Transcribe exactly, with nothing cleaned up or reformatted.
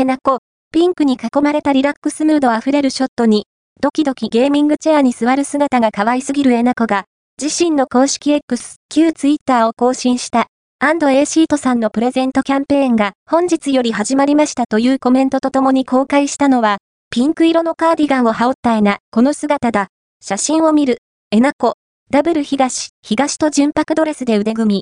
えなこ、ピンクに囲まれたリラックスムードあふれるショットに、ドキドキゲーミングチェアに座る姿が可愛すぎるえなこが、自身の公式 X、旧 Twitter を更新した、アンド A シートさんのプレゼントキャンペーンが本日より始まりましたというコメントとともに公開したのは、ピンク色のカーディガンを羽織ったえな、この姿だ。写真を見る。えなこ、ダブル東、東と純白ドレスで腕組み。